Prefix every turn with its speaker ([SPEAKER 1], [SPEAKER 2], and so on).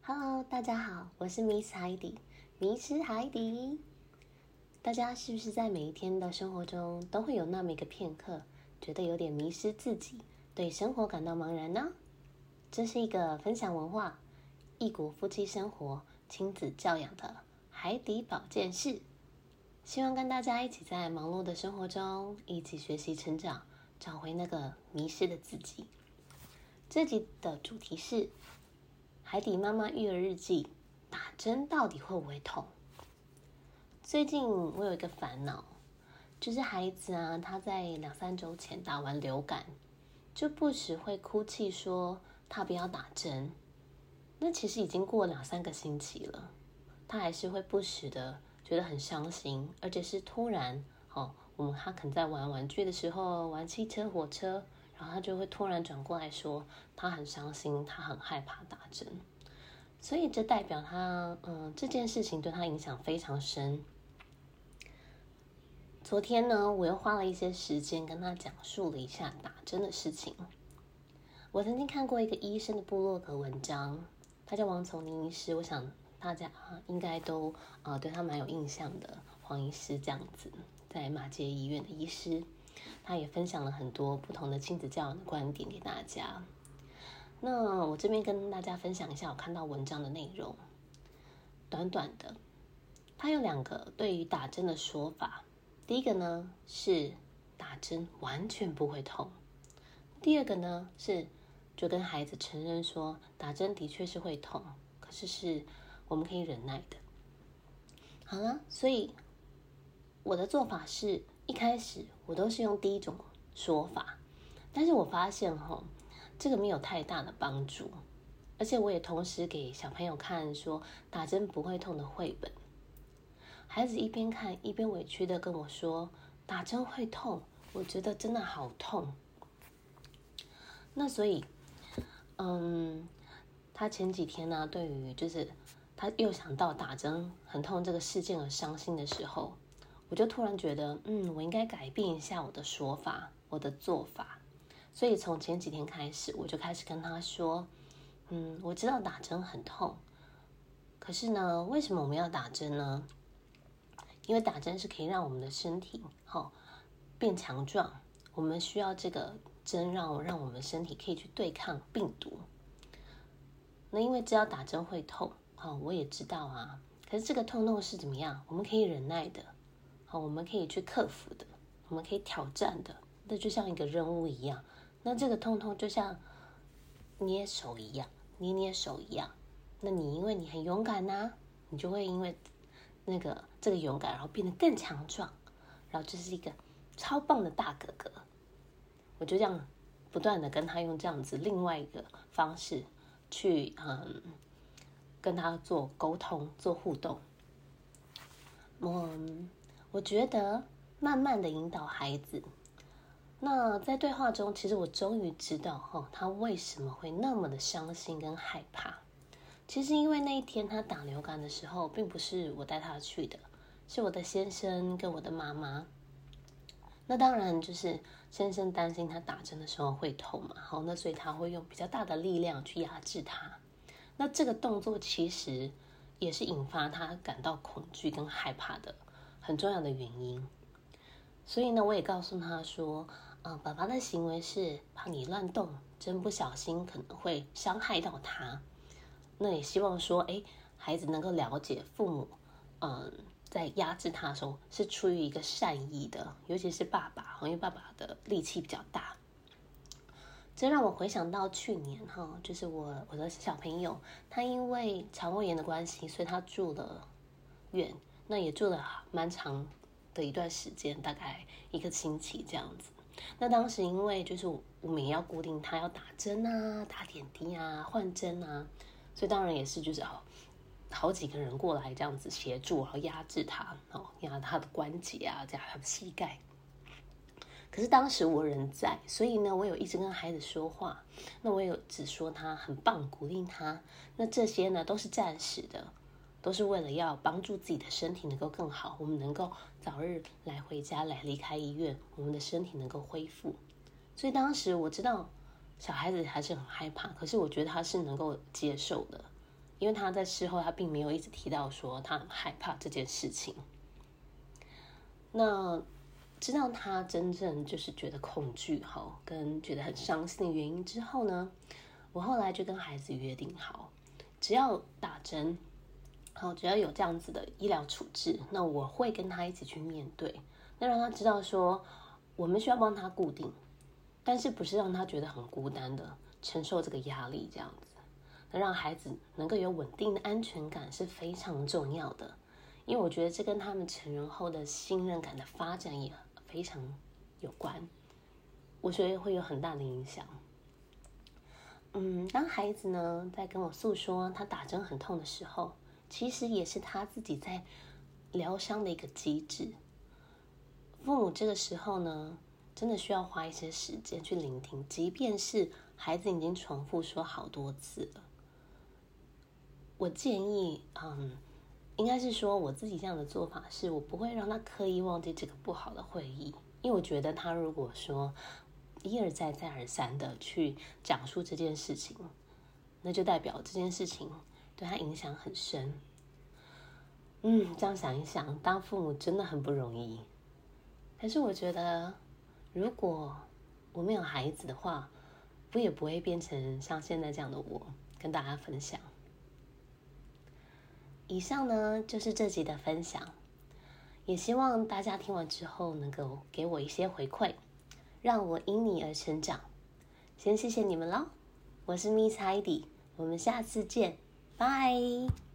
[SPEAKER 1] Hello，大家好，我是 Miss 海底，迷失海底。大家是不是在每一天的生活中都会有那么一个片刻，觉得有点迷失自己，对生活感到茫然呢？这是一个分享文化、异国夫妻生活、亲子教养的海底保健室，希望跟大家一起在忙碌的生活中一起学习成长，找回那个迷失的自己。这集的主题是海底妈妈育儿日记，打针到底会不会痛？最近我有一个烦恼，就是孩子啊，他在2-3周前打完流感，就不时会哭泣说他不要打针。那其实已经过2-3个星期了，他还是会不时的觉得很伤心，而且是突然他可能在玩玩具的时候，玩汽车、火车，然后他就会突然转过来说他很伤心，他很害怕打针。所以这代表他这件事情对他影响非常深。昨天呢，我又花了一些时间跟他讲述了一下打针的事情。我曾经看过一个医生的部落格文章，他叫王从宁医师，我想大家应该都对他蛮有印象的。黄医师这样子，在马偕医院的医师，他也分享了很多不同的亲子教养的观点给大家。那我这边跟大家分享一下我看到文章的内容，短短的，他有2个对于打针的说法。第一个呢是打针完全不会痛，第二个呢是就跟孩子承认说打针的确是会痛，可是我们可以忍耐的。好了，所以我的做法是一开始我都是用第一种说法，但是我发现这个没有太大的帮助，而且我也同时给小朋友看说打针不会痛的绘本。孩子一边看一边委屈的跟我说打针会痛，我觉得真的好痛。那所以他前几天呢，对于就是他又想到打针很痛这个事件而伤心的时候，我就突然觉得我应该改变一下我的说法，我的做法。所以从前几天开始，我就开始跟他说我知道打针很痛，可是呢，为什么我们要打针呢？因为打针是可以让我们的身体变强壮，我们需要这个针让我们身体可以去对抗病毒。那因为知道打针会痛，我也知道啊，可是这个痛是怎么样？我们可以忍耐的，我们可以去克服的，我们可以挑战的，那就像一个任务一样。那这个痛就像捏手一样，捏手一样。那你因为你很勇敢啊，你就会因为这个勇敢，然后变得更强壮，然后就是一个超棒的大哥哥。我就这样不断的跟他用这样子另外一个方式去跟他做沟通、做互动。我觉得慢慢的引导孩子。那在对话中，其实我终于知道他为什么会那么的伤心跟害怕。其实因为那一天他打流感的时候，并不是我带他去的，是我的先生跟我的妈妈。那当然就是先生担心他打针的时候会痛嘛，那所以他会用比较大的力量去压制他。那这个动作其实也是引发他感到恐惧跟害怕的很重要的原因。所以呢，我也告诉他说爸爸的行为是怕你乱动，真不小心可能会伤害到他。那也希望说孩子能够了解父母在压制他的时候是出于一个善意的，尤其是爸爸，因为爸爸的力气比较大。这让我回想到去年就是我的小朋友，他因为肠胃炎的关系，所以他住了院，那也住了蛮长的一段时间，大概1个星期这样子。那当时因为就是我们也要固定他要打针啊、打点滴啊、换针啊，所以当然也是就是好几个人过来这样子协助，然后压制他，压他的关节啊，加他的膝盖。可是当时我人在，所以呢，我有一直跟孩子说话，那我有只说他很棒，鼓励他。那这些呢都是暂时的，都是为了要帮助自己的身体能够更好，我们能够早日来回家，来离开医院，我们的身体能够恢复。所以当时我知道小孩子还是很害怕，可是我觉得他是能够接受的， 因为他在事后他并没有一直提到说他很害怕这件事情。那知道他真正就是觉得恐惧跟觉得很伤心的原因之后呢，我后来就跟孩子约定好，只要打针，只要有这样子的医疗处置，那我会跟他一起去面对，那让他知道说我们需要帮他固定，但是不是让他觉得很孤单的承受这个压力这样子。那让孩子能够有稳定的安全感是非常重要的，因为我觉得这跟他们成人后的信任感的发展也非常有关，我觉得会有很大的影响。当孩子呢在跟我诉说他打针很痛的时候，其实也是他自己在疗伤的一个机制。父母这个时候呢，真的需要花一些时间去聆听，即便是孩子已经重复说好多次了。我建议，应该是说我自己这样的做法是，我不会让他刻意忘记这个不好的会议，因为我觉得他如果说一而再再而三的去讲述这件事情，那就代表这件事情对他影响很深。这样想一想，当父母真的很不容易。可是我觉得，如果我没有孩子的话，我也不会变成像现在这样的我，跟大家分享。以上呢就是这集的分享，也希望大家听完之后能够给我一些回馈，让我因你而成长。先谢谢你们咯，我是 Miss Heidi，我们下次见，拜。